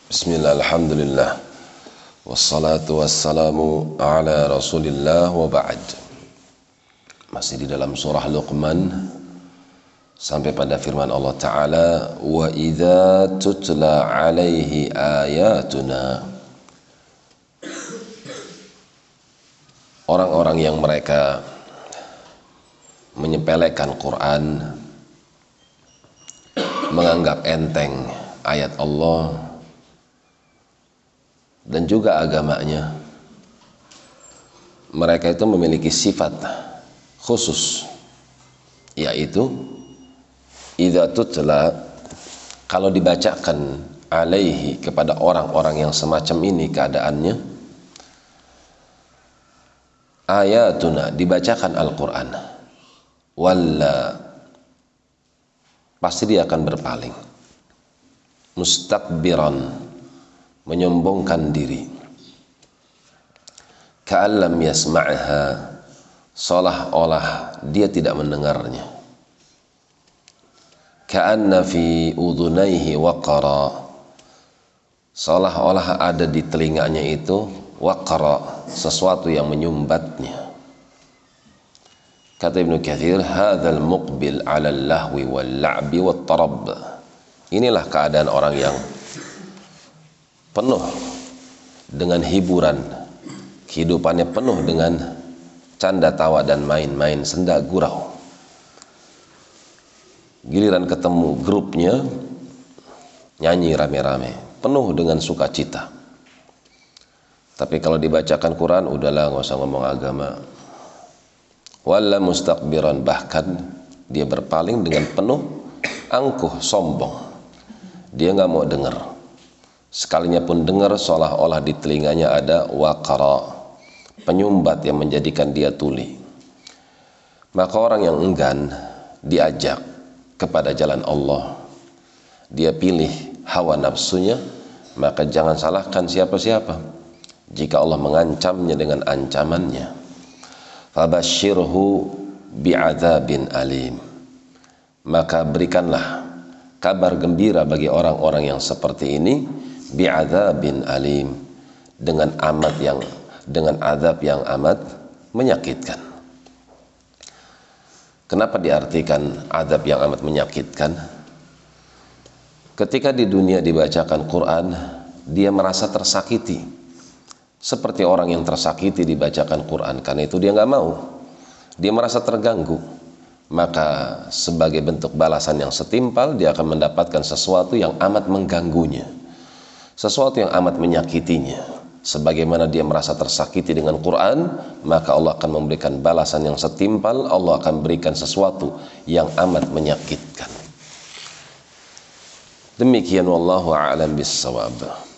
Bismillah, alhamdulillah, wassalatu wassalamu ala rasulillah wa ba'd. Masih di dalam surah Luqman sampai pada firman Allah Ta'ala, wa idza tutla alaihi ayatuna. Orang-orang yang mereka menyepelekan Quran, menganggap enteng ayat Allah dan juga agamanya, mereka itu memiliki sifat khusus, yaitu idza tutla, kalau dibacakan alaihi, kepada orang-orang yang semacam ini keadaannya, ayatuna, dibacakan Al-Quran, walla, pasti dia akan berpaling, mustakbiran, menyombongkan diri, ka'allam yasma'ha, seolah-olah dia tidak mendengarnya, ka'anna fi udhunaihi waqara, seolah-olah ada di telinganya itu waqara, sesuatu yang menyumbatnya. Kata Ibnu Katsir, hadzal muqbil 'ala al-lahwi wal-la'bi wat-tarab, inilah keadaan orang yang penuh dengan hiburan, kehidupannya penuh dengan canda tawa dan main-main senda gurau. Giliran ketemu grupnya nyanyi rame-rame, penuh dengan sukacita. Tapi kalau dibacakan Quran, udahlah, nggak usah ngomong agama. Walla mustakbiran, bahkan dia berpaling dengan penuh angkuh, sombong. Dia nggak mau dengar. Sekalinya pun dengar, seolah-olah di telinganya ada waqara, penyumbat yang menjadikan dia tuli. Maka orang yang enggan diajak kepada jalan Allah, dia pilih hawa nafsunya, maka jangan salahkan siapa-siapa jika Allah mengancamnya dengan ancamannya. Fabashshirhu bi'adzabin alim, maka berikanlah kabar gembira bagi orang-orang yang seperti ini, bi'adzabin alim, dengan azab yang amat menyakitkan. Kenapa diartikan azab yang amat menyakitkan? Ketika di dunia dibacakan Quran, dia merasa tersakiti, seperti orang yang tersakiti dibacakan Quran. Karena itu dia nggak mau, dia merasa terganggu. Maka sebagai bentuk balasan yang setimpal, dia akan mendapatkan sesuatu yang amat mengganggunya, sesuatu yang amat menyakitinya. Sebagaimana dia merasa tersakiti dengan Quran, maka Allah akan memberikan balasan yang setimpal. Allah akan berikan sesuatu yang amat menyakitkan. Demikian, wallahu a'lam bissawab.